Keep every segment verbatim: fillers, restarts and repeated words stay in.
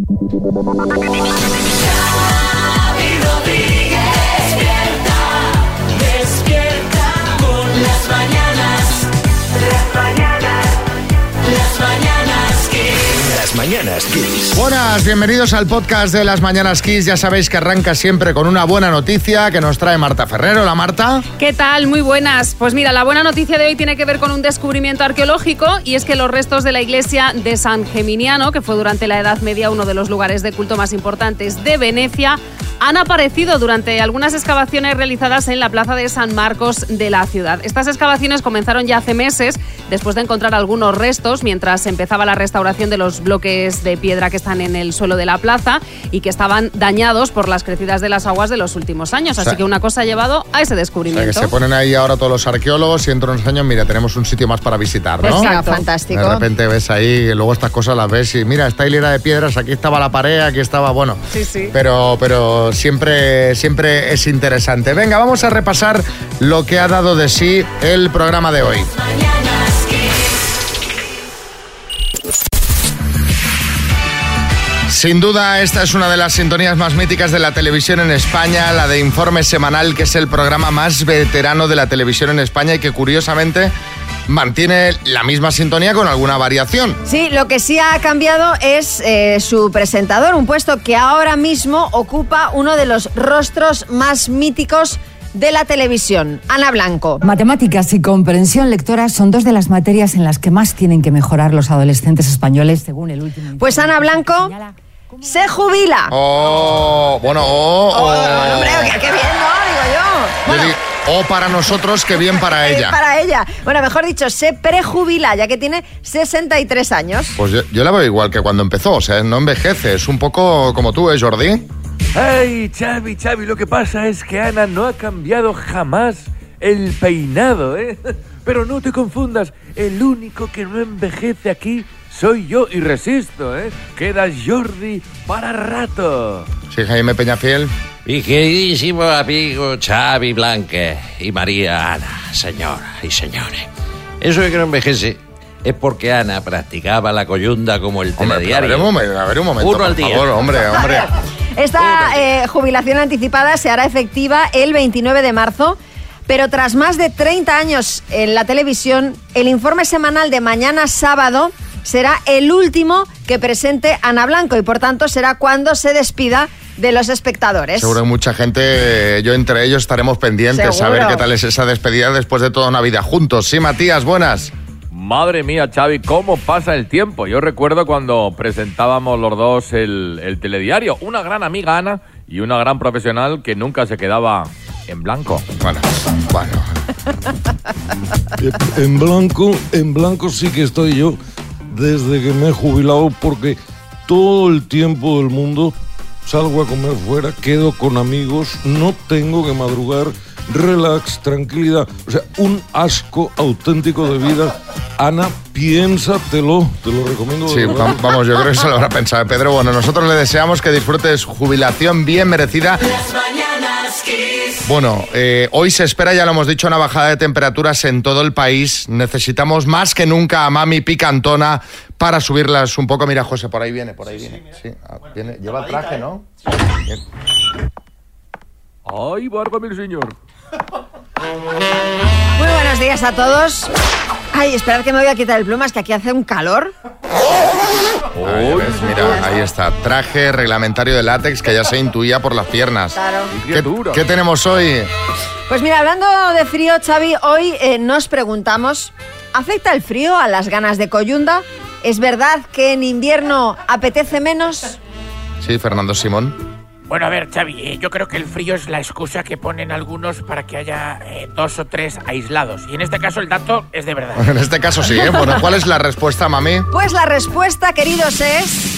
Despierta con las mañanas, las mañanas, las mañanas Kiss. Las mañanas Kiss. Buenas, bienvenidos al podcast de Las Mañanas Kiss. Ya sabéis que arranca siempre con una buena noticia que nos trae Marta Ferrero. Hola, Marta. ¿Qué tal? Muy buenas. Pues mira, la buena noticia de hoy tiene que ver con un descubrimiento arqueológico, y es que los restos de la iglesia de San Geminiano, que fue durante la Edad Media uno de los lugares de culto más importantes de Venecia, han aparecido durante algunas excavaciones realizadas en la plaza de San Marcos de la ciudad. Estas excavaciones comenzaron ya hace meses, después de encontrar algunos restos mientras empezaba la restauración de los bloques de piedra que están en el suelo de la plaza y que estaban dañados por las crecidas de las aguas de los últimos años. Así o sea, que una cosa ha llevado a ese descubrimiento. O sea, que se ponen ahí ahora todos los arqueólogos y dentro de unos años, mira, tenemos un sitio más para visitar, ¿no? Exacto. Fantástico. De repente ves ahí, y luego estas cosas las ves y mira, esta hilera de piedras, aquí estaba la pared, aquí estaba, bueno. Sí, sí. Pero, pero siempre, siempre es interesante. Venga, vamos a repasar lo que ha dado de sí el programa de hoy. Sin duda, esta es una de las sintonías más míticas de la televisión en España, la de Informe Semanal, que es el programa más veterano de la televisión en España y que curiosamente mantiene la misma sintonía con alguna variación. Sí, lo que sí ha cambiado es eh, su presentador, un puesto que ahora mismo ocupa uno de los rostros más míticos de la televisión, Ana Blanco. Matemáticas y comprensión lectora son dos de las materias en las que más tienen que mejorar los adolescentes españoles, según el último... Pues Ana Blanco se jubila. Oh, bueno, oh, oh. oh hombre, qué, qué bien, ¿no? Digo yo. Bueno, digo, oh, para nosotros, qué bien para ella. Para ella. Bueno, mejor dicho, se prejubila, ya que tiene sesenta y tres años. Pues yo, yo la veo igual que cuando empezó, o sea, no envejece, es un poco como tú, ¿eh, Jordi? Ay, Xavi, Xavi, lo que pasa es que Ana no ha cambiado jamás el peinado, ¿eh? Pero no te confundas, el único que no envejece aquí soy yo y resisto, ¿eh? Queda Jordi para rato. Sí, Jaime Peñafiel. Mi queridísimo amigo Xavi Blanque y María Ana, señora y señores. Eso de que no envejece es porque Ana practicaba la coyunda como el telediario. Hombre, a ver un momento, a ver un momento, Uno por al día. favor, hombre, hombre. Esta eh, jubilación anticipada se hará efectiva el veintinueve de marzo, pero tras más de treinta años en la televisión, el informe semanal de mañana sábado será el último que presente Ana Blanco y por tanto será cuando se despida de los espectadores. Seguro que mucha gente, yo entre ellos, estaremos pendientes Seguro. a ver qué tal es esa despedida después de toda una vida juntos. Sí, Matías, buenas. Madre mía, Xavi, cómo pasa el tiempo. Yo recuerdo cuando presentábamos los dos el, el telediario. Una gran amiga, Ana, y una gran profesional que nunca se quedaba en blanco. Bueno, bueno. En blanco, en blanco sí que estoy yo desde que me he jubilado, porque todo el tiempo del mundo salgo a comer fuera, quedo con amigos, no tengo que madrugar, relax, tranquilidad, o sea, un asco auténtico de vida. Ana, piénsatelo, te lo recomiendo. Sí, va- vamos, yo creo que se lo habrá pensado Pedro. Bueno, nosotros le deseamos que disfrute de su jubilación bien merecida. Las mañanas Kiss. Bueno, eh, hoy se espera, ya lo hemos dicho, una bajada de temperaturas en todo el país. Necesitamos más que nunca a Mami Picantona para subirlas un poco. Mira, José, por ahí viene, por ahí viene. Sí, ah, viene. Lleva el traje, ¿no? Bien. ¡Ay, válgame el señor! Muy buenos días a todos. Ay, esperad que me voy a quitar el plumas, que aquí hace un calor. Ahí ves, mira, ahí está. Traje reglamentario de látex que ya se intuía por las piernas. Claro. ¿Qué, qué tenemos hoy? Pues mira, hablando de frío, Xavi, hoy eh, nos preguntamos, ¿afecta el frío a las ganas de coyunda? ¿Es verdad que en invierno apetece menos? Sí, Fernando Simón. Bueno, a ver, Xavi, eh, yo creo que el frío es la excusa que ponen algunos para que haya eh, dos o tres aislados. Y en este caso el dato es de verdad. En este caso sí, ¿eh? Bueno, ¿cuál es la respuesta, Mami? Pues la respuesta, queridos, es...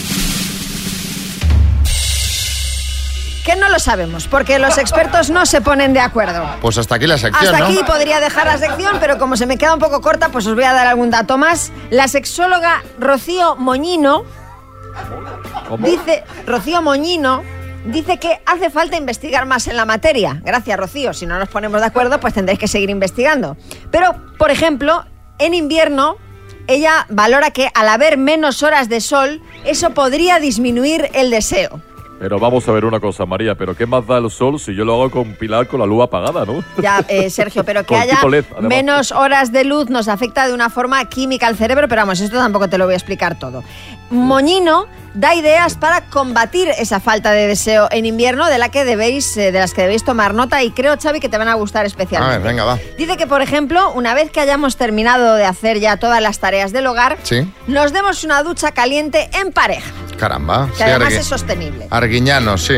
que no lo sabemos, porque los expertos no se ponen de acuerdo. Pues hasta aquí la sección, Hasta ¿no? aquí podría dejar la sección, pero como se me queda un poco corta, pues os voy a dar algún dato más. La sexóloga Rocío Moñino ¿Cómo? dice... Rocío Moñino... dice que hace falta investigar más en la materia. Gracias, Rocío. Si no nos ponemos de acuerdo, pues tendréis que seguir investigando. Pero, por ejemplo, en invierno ella valora que al haber menos horas de sol, eso podría disminuir el deseo. Pero vamos a ver una cosa, María, pero ¿qué más da el sol si yo lo hago con Pilar con la luz apagada, no? Ya, eh, Sergio, pero que Con haya tipo L E D, además. menos horas de luz nos afecta de una forma química al cerebro, pero vamos, esto tampoco te lo voy a explicar todo. Moñino da ideas para combatir esa falta de deseo en invierno de la que debéis, eh, de las que debéis tomar nota, y creo, Xavi, que te van a gustar especialmente. A ver, venga, va. Dice que, por ejemplo, una vez que hayamos terminado de hacer ya todas las tareas del hogar, Sí. nos demos una ducha caliente en pareja, Caramba. que Sí, además Argui- es sostenible. Arguiñano, sí.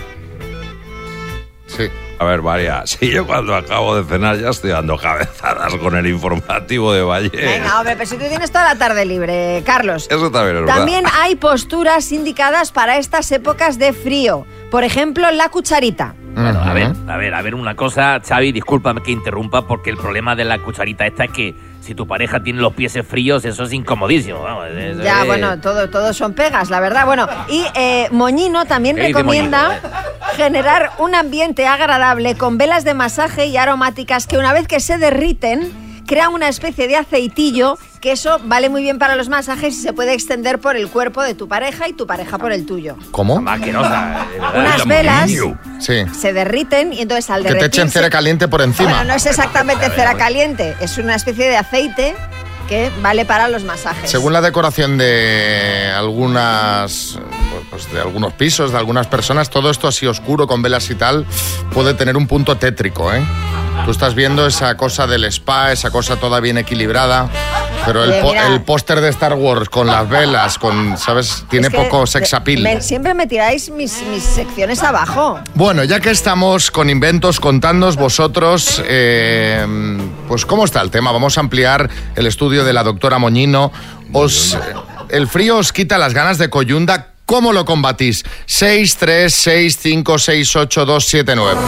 Sí. A ver, María, si yo cuando acabo de cenar ya estoy dando cabezadas con el informativo de Valle. Venga, hombre, pero si tú tienes toda la tarde libre, Carlos. Eso también es verdad. También hay posturas indicadas para estas épocas de frío. Por ejemplo, la cucharita. Bueno, a ver, a ver, a ver una cosa, Xavi, discúlpame que interrumpa, porque el problema de la cucharita esta es que si tu pareja tiene los pies fríos, eso es incomodísimo. Vamos, eso Ya, es- bueno, todo, todo son pegas, la verdad. Bueno, y eh, Moñino también ¿Qué dice recomienda Moñino? generar un ambiente agradable con velas de masaje y aromáticas que una vez que se derriten, crean una especie de aceitillo, que eso vale muy bien para los masajes y se puede extender por el cuerpo de tu pareja y tu pareja por el tuyo. ¿Cómo? Más asquerosa, de verdad. Unas velas Sí. se derriten y entonces al Que te derretirse... echen cera caliente por encima. Bueno, no es exactamente cera caliente, es una especie de aceite que vale para los masajes. Según la decoración de algunas, pues de algunos pisos, de algunas personas, todo esto así oscuro con velas y tal puede tener un punto tétrico, ¿eh? Tú estás viendo esa cosa del spa, esa cosa toda bien equilibrada, pero el, Oye, po- mira. el póster de Star Wars con las velas, con, ¿sabes? Tiene Es que poco sex de- appeal. me- siempre me tiráis mis, mis secciones abajo. Bueno, ya que estamos con inventos, contadnos vosotros, eh, pues cómo está el tema. Vamos a ampliar el estudio de la doctora Moñino. Os, el frío os quita las ganas de coyunda. ¿Cómo lo combatís? seis tres seis cinco seis ocho dos siete nueve.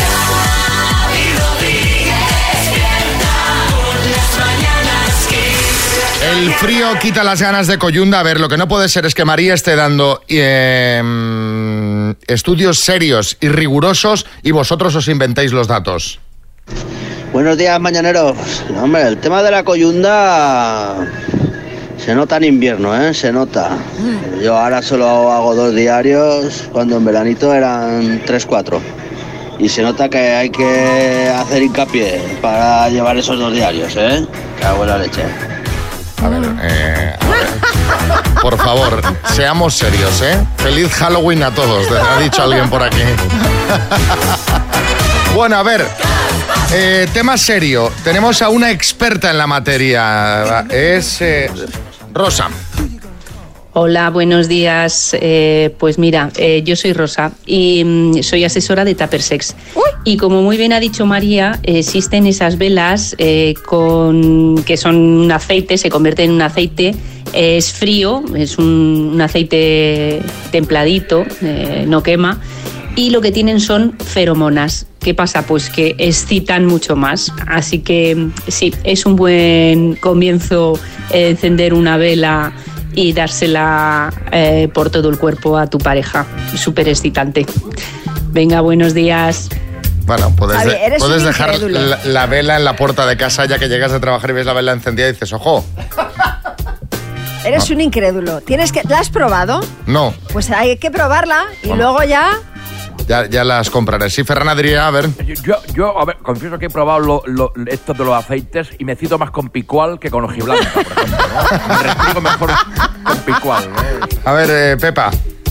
El frío quita las ganas de coyunda. A ver, lo que no puede ser es que María esté dando eh, estudios serios y rigurosos y vosotros os inventéis los datos. Buenos días, mañaneros. No, hombre, el tema de la coyunda se nota en invierno, ¿eh? Se nota. Yo ahora solo hago dos diarios, cuando en veranito eran tres, cuatro. Y se nota que hay que hacer hincapié para llevar esos dos diarios, ¿eh? Cago en la leche. A ver, eh, a ver. Por favor, seamos serios, ¿eh? Feliz Halloween a todos, ha dicho alguien por aquí. Bueno, a ver, eh, tema serio. Tenemos a una experta en la materia. Es eh, Rosa. Hola, buenos días. Eh, pues mira, eh, yo soy Rosa y mm, soy asesora de Tupper Sex. Y como muy bien ha dicho María, eh, existen esas velas eh, con, que son un aceite, se convierten en un aceite. Eh, es frío, es un, un aceite templadito, eh, no quema. Y lo que tienen son feromonas. ¿Qué pasa? Pues que excitan mucho más. Así que sí, es un buen comienzo eh, encender una vela y dársela eh, por todo el cuerpo a tu pareja. Súper excitante. Venga, buenos días. Bueno, puedes, Javi, de- eres puedes un dejar incrédulo. la, la vela en la puerta de casa ya que llegas de trabajar y ves la vela encendida y dices, ojo, Eres un incrédulo. Tienes que, ¿la has probado? no, Pues hay que probarla y Bueno. luego ya... ya, ya las compraré. Sí, Ferran Adrià, a ver. Yo, yo, a ver, confieso que he probado lo, lo, estos de los aceites y me cito más con picual que con hojiblanca, por ejemplo, ¿no? Me respiro mejor con picual, ¿no? A ver, eh, Pepa.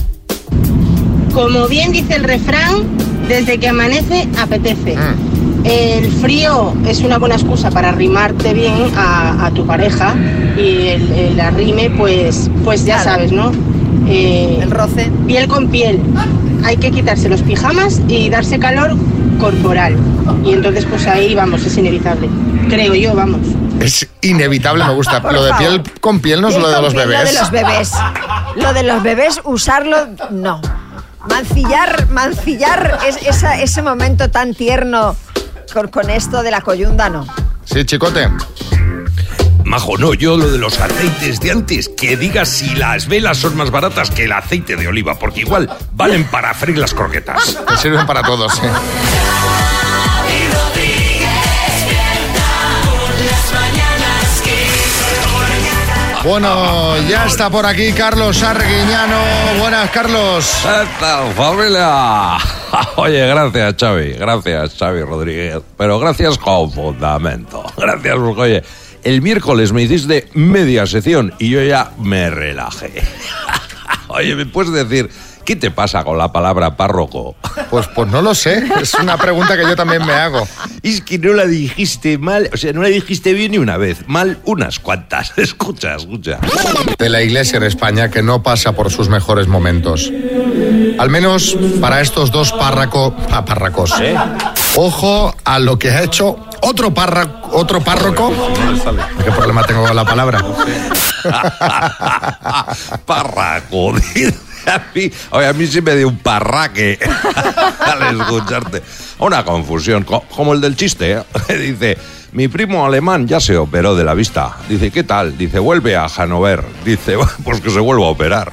Como bien dice el refrán, desde que amanece apetece. El frío es una buena excusa para arrimarte bien a, a tu pareja y el, el arrime, pues, pues ya Claro. sabes, ¿no? Eh, El roce. Piel con piel. Hay que quitarse los pijamas y darse calor corporal. Y entonces, pues ahí, vamos, es inevitable. Creo yo, vamos. Es inevitable, me gusta. Por Lo de favor. piel con piel no es Piel lo de con los piel, bebés. Lo de los bebés. Lo de los bebés, usarlo, no. Mancillar, mancillar es, esa- ese momento tan tierno con, con esto de la coyunda, no. Sí, chicote. Majo, no, yo lo de los aceites de antes, que digas si las velas son más baratas que el aceite de oliva, porque igual valen para freír las croquetas. Que sirven para todos, sí. Las mañanas Kiss. Bueno, ya está por aquí Carlos Arguiñano. Buenas, Carlos. ¿Qué tal, familia? Oye, gracias, Xavi. Gracias, Xavi Rodríguez. Pero gracias con fundamento. Gracias porque, oye, el miércoles me hiciste media sesión y yo ya me relajé. Oye, ¿me puedes decir qué te pasa con la palabra párroco? Pues, pues no lo sé. Es una pregunta que yo también me hago. Es que no la dijiste mal, o sea, no la dijiste bien ni una vez, mal unas cuantas. Escucha, escucha. De la Iglesia en España que no pasa por sus mejores momentos. Al menos para estos dos párraco, ah, párracos. ¿Eh? Ojo a lo que ha hecho otro párraco, otro párroco. ¿Qué problema tengo con la palabra? Párraco, dice. A mí, oye, a mí sí me dio un parraque al escucharte. Una confusión, co- como el del chiste, ¿eh? Dice, mi primo alemán ya se operó de la vista. Dice, ¿qué tal? Dice, vuelve a Hannover. Dice, pues que se vuelva a operar.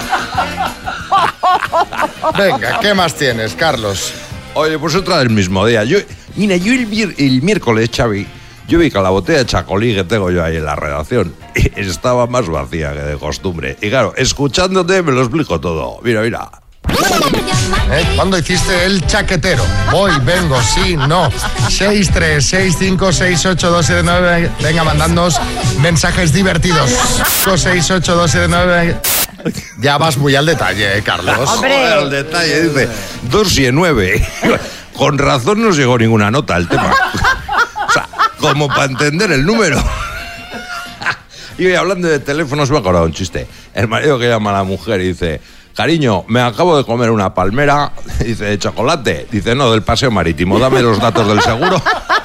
Venga, ¿qué más tienes, Carlos? Oye, pues otra del mismo día. Yo, mira, yo el, mier- el miércoles, Xavi, yo vi que la botella de chacolí que tengo yo ahí en la redacción estaba más vacía que de costumbre. Y claro, escuchándote me lo explico todo. Mira, mira. ¿Eh? ¿Cuándo hiciste el chaquetero? Voy, vengo, sí, no. seis tres seis cinco seis ocho dos siete nueve. Venga, mandadnos mensajes divertidos. seis ocho dos siete nueve. Ya vas muy al detalle, ¿eh, Carlos? ¡Hombre! Al detalle, dice dos y nueve. Con razón no llegó ninguna nota al tema. O sea, como para entender el número. Y hoy, hablando de teléfonos, me ha acordado un chiste. El marido que llama a la mujer y dice, cariño, me acabo de comer una palmera. Dice, ¿de chocolate? Dice, no, del paseo marítimo. Dame los datos del seguro.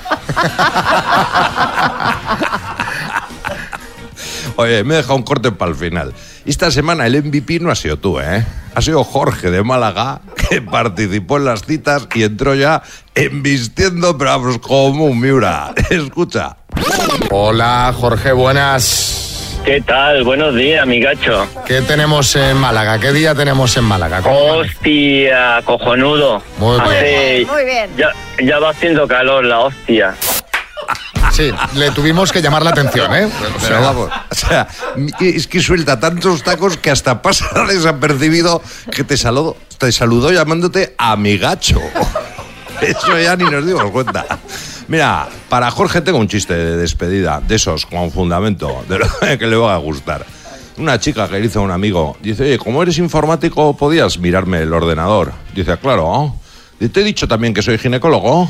Oye, me he dejado un corte para el final. Esta semana el M V P no ha sido tú, ¿eh? Ha sido Jorge de Málaga, que participó en las citas y entró ya embistiendo, pero vamos, como un Miura. Escucha. Hola, Jorge, buenas. ¿Qué tal? Buenos días, mi gacho. ¿Qué tenemos en Málaga? ¿Qué día tenemos en Málaga? Hostia, cojonudo. Muy bien. Hace- Muy bien. Ya, ya va haciendo calor la hostia. Sí, le tuvimos que llamar la atención, ¿eh? O sea, Pero vamos, o sea, es que suelta tantos tacos que hasta pasa desapercibido que te saludó, te saludó llamándote amigacho. Eso ya ni nos dimos cuenta. Mira, para Jorge tengo un chiste de despedida, de esos, con fundamento, de lo que le va a gustar. Una chica que le hizo a un amigo, dice, oye, como eres informático, ¿podías mirarme el ordenador? Dice, claro. Te he dicho también que soy ginecólogo.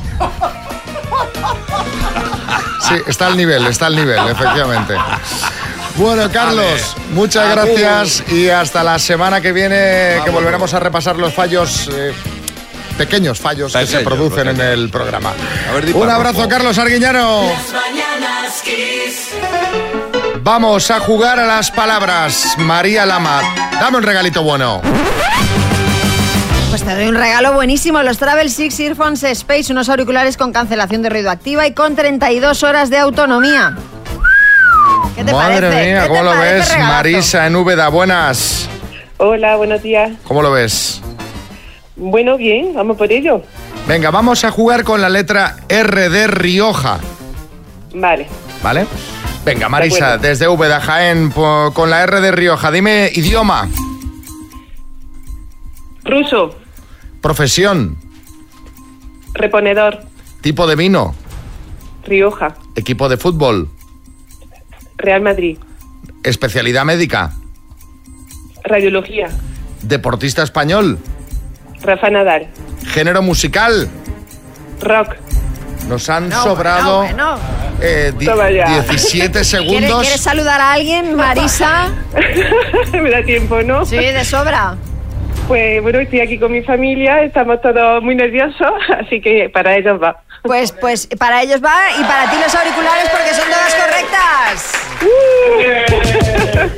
sí, está al nivel, está al nivel, efectivamente. Bueno, Carlos, Vale. muchas gracias y hasta la semana que viene, Vamos. que volveremos a repasar los fallos, eh, pequeños fallos que Pequeños, se producen pequeños. en el programa. A ver, di Un párrafo. abrazo, Carlos Arguiñano. Las mañanas Kiss. Vamos a jugar a las palabras. María Lama, dame un regalito bueno. Pues te doy un regalo buenísimo, los Travel Six Earphones Space, unos auriculares con cancelación de ruido activa y con treinta y dos horas de autonomía. ¿Qué te Madre parece? mía, ¿Qué ¿cómo te lo parece, ves? regalazo? Marisa en Úbeda, buenas. Hola, buenos días. ¿Cómo lo ves? Bueno, bien, vamos por ello. Venga, vamos a jugar con la letra R de Rioja, Vale. ¿vale? Venga, Marisa, acuerdo. desde Úbeda, Jaén, po- con la R de Rioja. Dime idioma, Ruso, profesión, reponedor, tipo de vino, Rioja, equipo de fútbol, Real Madrid, especialidad médica, radiología, deportista español, Rafa Nadal, género musical. rock. Nos han No, sobrado bueno, bueno. eh, di- Toma ya. diecisiete ¿Quieres, segundos. ¿Quieres saludar a alguien, Marisa? Me da tiempo, ¿no? Sí, de sobra. Pues bueno, estoy aquí con mi familia, estamos todos muy nerviosos, así que para ellos va. Pues, pues para ellos va y para ti los auriculares porque son todas correctas.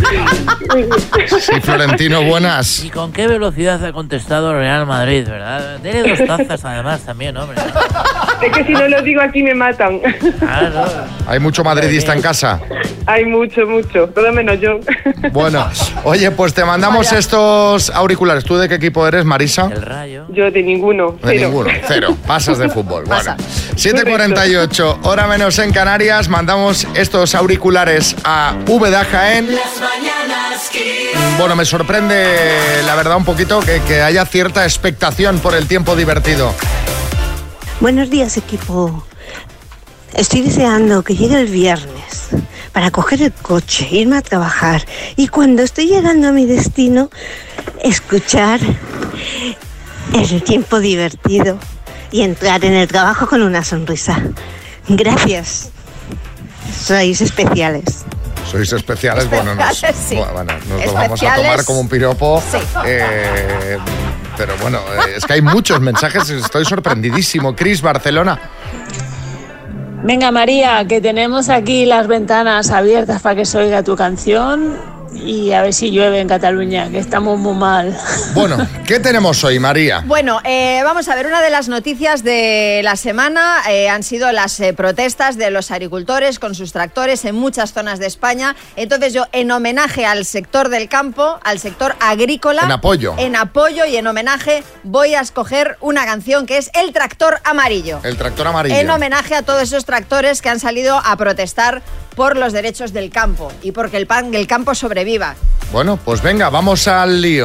Sí, Florentino, buenas. ¿Y con qué velocidad ha contestado Real Madrid, verdad? Dele dos tazas además también, hombre. Es que si no lo digo aquí me matan. Claro. Hay mucho madridista en casa. Hay mucho, mucho, todo menos yo. Bueno, oye, pues te mandamos Vaya. estos auriculares. ¿Tú de qué equipo eres, Marisa? El Rayo. Yo de ninguno. De cero. ninguno, cero. Pasas de fútbol. Pasa. Bueno, siete cuarenta y ocho, hora menos en Canarias. Mandamos estos auriculares a Úbeda Jaén. Las mañanas Kiss. Bueno, me sorprende, la verdad, un poquito que, que haya cierta expectación por el tiempo divertido. Buenos días, equipo. Estoy deseando que llegue el viernes para coger el coche, irme a trabajar y cuando estoy llegando a mi destino, escuchar el tiempo divertido y entrar en el trabajo con una sonrisa. Gracias. Sois especiales. Sois especiales, bueno, nos, Especiales, sí. bueno, nos lo vamos a Especiales. tomar como un piropo. Sí. Eh, pero bueno, eh, es que hay muchos mensajes, estoy sorprendidísimo. Cris, Barcelona. Venga María, que tenemos aquí las ventanas abiertas para que se oiga tu canción y a ver si llueve en Cataluña, que estamos muy mal. Bueno, ¿qué tenemos hoy, María? Bueno, eh, vamos a ver, una de las noticias de la semana eh, han sido las eh, protestas de los agricultores con sus tractores en muchas zonas de España. Entonces yo, en homenaje al sector del campo, al sector agrícola... En apoyo. En apoyo y en homenaje voy a escoger una canción que es El Tractor Amarillo. El tractor amarillo. En homenaje a todos esos tractores que han salido a protestar por los derechos del campo y porque el, pan, el campo sobreviva. Bueno, pues venga, vamos al lío.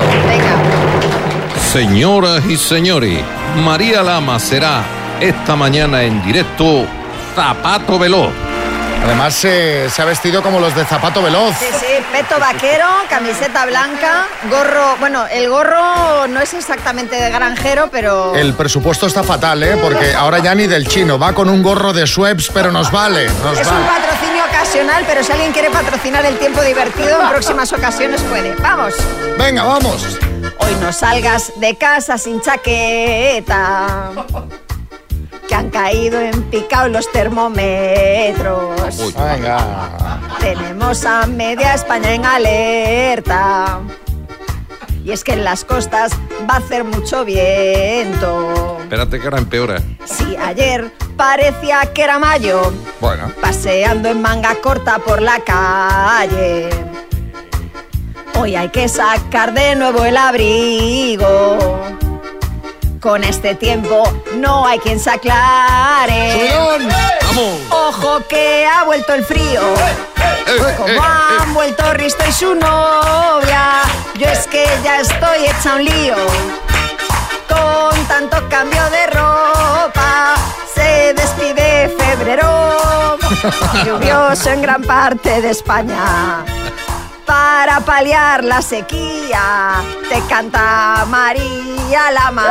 Señoras y señores, María Lama será esta mañana en directo Zapato Veloz. Además eh, se ha vestido como los de Zapato Veloz. Sí, sí, peto vaquero, camiseta blanca, gorro... Bueno, el gorro no es exactamente de granjero, pero... El presupuesto está fatal, ¿eh? Porque ahora ya ni del chino, va con un gorro de Schweppes, pero nos vale, nos Es vale. un patrocinio ocasional, pero si alguien quiere patrocinar el tiempo divertido, en próximas ocasiones puede. ¡Vamos! Venga, vamos. Hoy no salgas de casa sin chaqueta, que han caído en picado los termómetros. Venga. Tenemos a media España en alerta. Y es que en las costas va a hacer mucho viento. Espérate que ahora empeora. Si ayer parecía que era mayo, Bueno. paseando en manga corta por la calle, hoy hay que sacar de nuevo el abrigo. Con este tiempo no hay quien se aclare. ¡Vamos! Ojo que ha vuelto el frío. Como han vuelto Risto y su novia. Yo es que ya estoy hecha un lío. Con tanto cambio de ropa se despide febrero. Lluvioso en gran parte de España. Para paliar la sequía, te canta María Lama.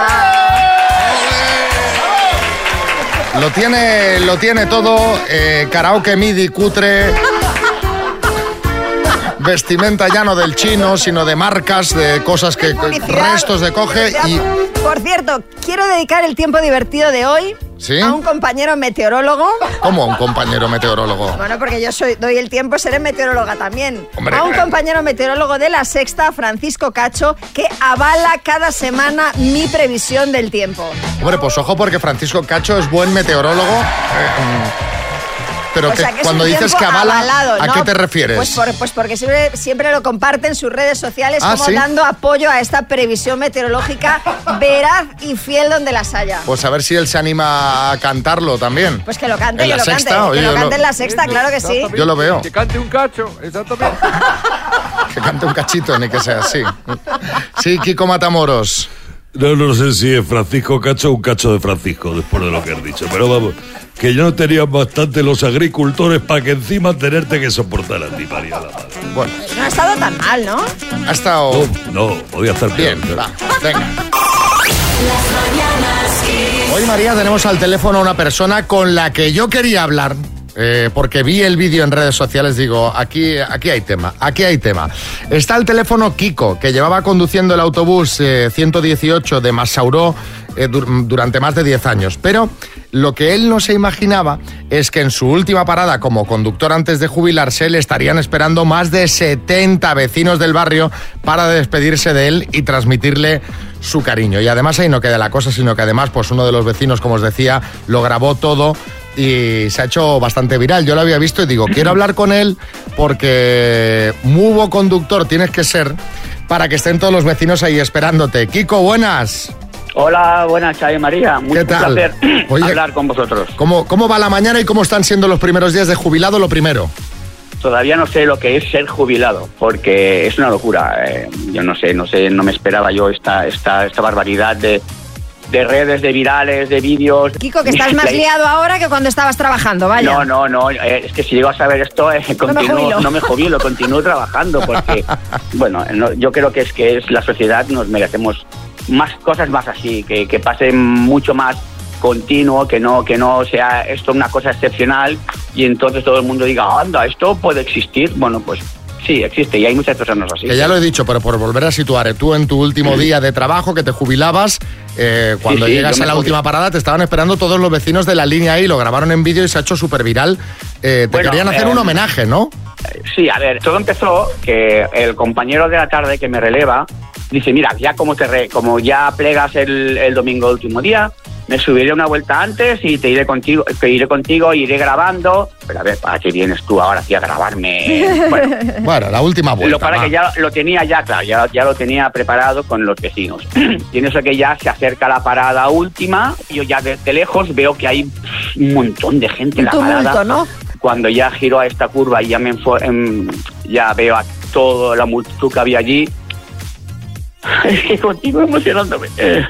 Lo tiene, lo tiene todo, eh, karaoke midi cutre, vestimenta ya no del chino, sino de marcas, de cosas que, Publicidad. restos de coge y... Por cierto, quiero dedicar el tiempo divertido de hoy ¿Sí? a un compañero meteorólogo. ¿Cómo un compañero meteorólogo? Bueno, porque yo soy doy el tiempo, seré meteoróloga también. Hombre, a un eh. compañero meteorólogo de La Sexta, Francisco Cacho, que avala cada semana mi previsión del tiempo. Hombre, pues ojo porque Francisco Cacho es buen meteorólogo. eh, pero O que sea, que es cuando un dices tiempo que avala, avalado, ¿a ¿no? qué te refieres? Pues, por- pues porque siempre, siempre lo comparte en sus redes sociales Ah, como ¿sí? dando apoyo a esta previsión meteorológica veraz y fiel donde las haya. Pues a ver si él se anima a cantarlo también. Pues que lo cante, ¿En que La lo Sexta? cante. Oye, que yo lo lo- cante en La Sexta, claro que sí. Yo lo veo. Que cante un cacho, exactamente. Que cante un cachito, ni que sea así. Sí, Kiko Matamoros. No, no sé si es Francisco Cacho o un cacho de Francisco, después de lo que has dicho. Pero vamos, que ya no tenían bastante los agricultores para que encima tenerte que soportar a ti, María la madre. Bueno, No ha estado tan mal, ¿no? ha estado... No, no, podía estar bien. peor. Va, venga. Hoy, María, tenemos al teléfono a una persona con la que yo quería hablar. Eh, porque vi el vídeo en redes sociales, digo, aquí, aquí hay tema, aquí hay tema. Está el teléfono Kiko, que llevaba conduciendo el autobús eh, ciento dieciocho de Massauró eh, dur- durante más de diez años. Pero lo que él no se imaginaba es que en su última parada como conductor antes de jubilarse le estarían esperando más de setenta vecinos del barrio para despedirse de él y transmitirle su cariño. Y además ahí no queda la cosa, sino que además pues uno de los vecinos, como os decía, lo grabó todo y se ha hecho bastante viral. Yo lo había visto y digo, quiero hablar con él porque muy buen conductor tienes que ser para que estén todos los vecinos ahí esperándote. Kiko, buenas. Hola, buenas, Xavi María. Muy ¿Qué tal? placer Oye, hablar con vosotros. ¿Cómo, ¿Cómo va la mañana y cómo están siendo los primeros días de jubilado, lo primero? Todavía no sé lo que es ser jubilado, porque es una locura. Eh, yo no sé, no sé, no me esperaba yo esta, esta, esta barbaridad de, de redes, de virales, de vídeos. Kiko, que estás más liado ahora que cuando estabas trabajando, vaya. No, no, no, eh, es que si llego a saber esto, eh, continúo, no me jubilo, continúo trabajando, porque, bueno, no, yo creo que es que es la sociedad, nos merecemos más cosas más así, que, que pase mucho más continuo, que no que no sea esto una cosa excepcional y entonces todo el mundo diga, anda, esto puede existir. Bueno, pues sí, existe y hay muchas personas así. Que ya lo he dicho, pero por volver a situar, tú en tu último día de trabajo, que te jubilabas, eh, cuando Sí, sí, llegas yo a la me última parada, te estaban esperando todos los vecinos de la línea ahí, lo grabaron en vídeo y se ha hecho súper viral. Eh, te Bueno, querían hacer eh, un homenaje, ¿no? Sí, a ver, todo empezó que el compañero de la tarde que me releva dice, mira, ya como te re, como ya plegas el, el domingo último día, me subiré una vuelta antes y te iré contigo, te iré contigo, iré grabando. Pero a ver, ¿para qué vienes tú ahora aquí a grabarme? Bueno, bueno, la última vuelta. Lo para va. que ya lo tenía ya, claro, ya, ya lo tenía preparado con los vecinos. Y en eso que ya se acerca la parada última, yo ya desde lejos veo que hay un montón de gente en la tumulto, parada. ¿no? Cuando ya giro a esta curva y ya me enfo- em, ya veo a toda la multitud que había allí, es que continúo emocionándome. Eh,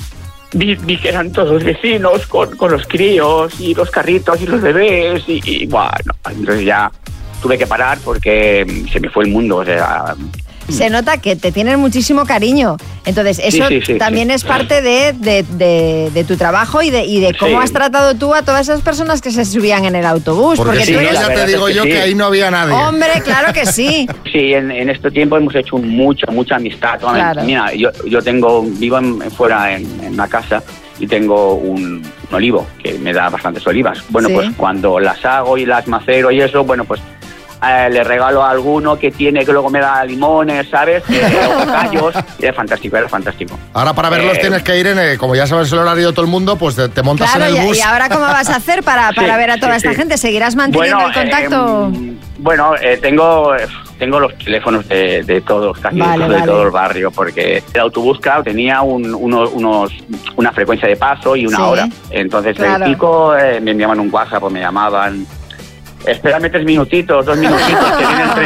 vi, vi que eran todos vecinos con, con los críos y los carritos y los bebés y, y bueno, entonces ya tuve que parar porque se me fue el mundo, o sea... Se nota que te tienen muchísimo cariño. Entonces, Sí, eso sí, sí, también sí. es parte de, de, de, de tu trabajo y de, y de cómo Sí. has tratado tú a todas esas personas que se subían en el autobús. Porque Porque, si tú no, eres... ya te digo yo que ahí no había nadie. Hombre, claro que sí. Sí, en, en este tiempo hemos hecho mucha, mucha amistad. Claro. Mira, yo, yo tengo, vivo en, fuera en, en una casa y tengo un, un olivo que me da bastantes olivas. Bueno, Sí. pues cuando las hago y las macero y eso, bueno, pues eh, le regalo a alguno que tiene, que luego me da limones, ¿sabes? Eh, o callos. Y era fantástico, era fantástico. Ahora para verlos Eh, tienes que ir, en, eh, como ya sabes el horario de todo el mundo, pues te, te montas Claro, en el y, bus. y ahora ¿cómo vas a hacer para, para Sí, ver a toda sí, esta sí. gente? ¿Seguirás manteniendo Bueno, el contacto? eh, bueno, eh, tengo tengo los teléfonos de, de todos, casi Vale, de vale. todo el barrio, porque el autobús, claro, tenía un, uno- unos, una frecuencia de paso y una Sí, hora. Entonces, claro. el pico eh, me enviaban un WhatsApp o me llamaban. Espérame tres minutitos, dos minutitos, que viene el tren.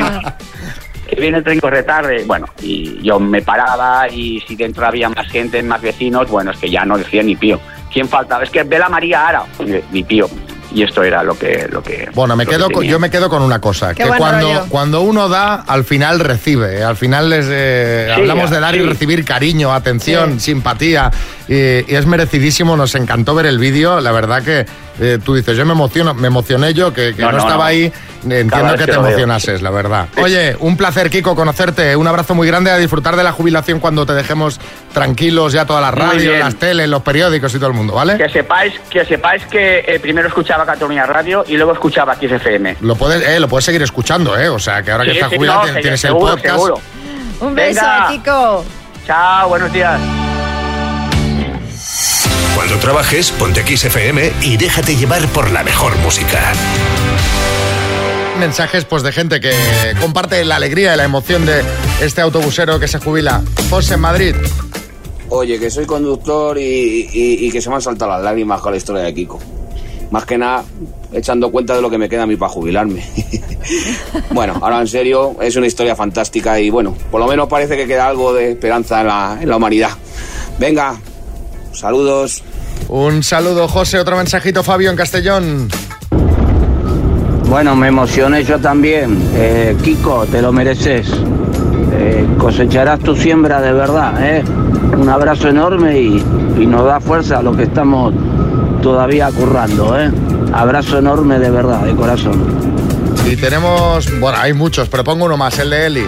Que viene el tren, corre tarde. Bueno, y yo me paraba y si dentro había más gente, más vecinos, bueno, es que ya no decía ni pío. ¿Quién faltaba? Es que ve la María Ara. Ni pío. Y esto era lo que... Lo que Bueno, me lo que quedo con- tenía. yo me quedo con una cosa, Qué que buen cuando, rollo. cuando uno da, al final recibe. Al final les, eh, Sí, hablamos de dar y sí. recibir cariño, atención, simpatía. Y, y es merecidísimo, nos encantó ver el vídeo. La verdad que eh, tú dices, yo me emociono, me emocioné yo, que, que no, No, no, estaba no. ahí. Entiendo Cada vez que que te lo veo. emocionases, la verdad. Oye, un placer, Kiko, conocerte. Un abrazo muy grande, a disfrutar de la jubilación cuando te dejemos tranquilos ya todas las Muy radios, bien. las teles, los periódicos y todo el mundo, ¿vale? Que sepáis que sepáis que eh, primero escuchaba Cataluña Radio y luego escuchaba Kiss F M. Lo puedes, eh, lo puedes seguir escuchando, ¿eh? O sea, que ahora que Sí, estás sí, jubilado no, tienes, que tienes seguro, el podcast. seguro. Un beso, Venga. Kiko. Chao, buenos días. Cuando trabajes, ponte Kiss F M y déjate llevar por la mejor música. Mensajes pues de gente que comparte la alegría y la emoción de este autobusero que se jubila. José en Madrid. Oye, que soy conductor y, y- y que se me han saltado las lágrimas con la historia de Kiko. Más que nada, echando cuenta de lo que me queda a mí para jubilarme. Bueno, ahora en serio, es una historia fantástica y bueno, por lo menos parece que queda algo de esperanza en la, en la humanidad. Venga, saludos. Un saludo, José. Otro mensajito, Fabio, en Castellón. Bueno, me emocioné yo también. Eh, Kiko, te lo mereces. Eh, cosecharás tu siembra de verdad, ¿eh? Un abrazo enorme y, y nos da fuerza a los que estamos todavía currando, ¿eh? Abrazo enorme de verdad, de corazón. Y tenemos, bueno, hay muchos, pero pongo uno más, el de Eli.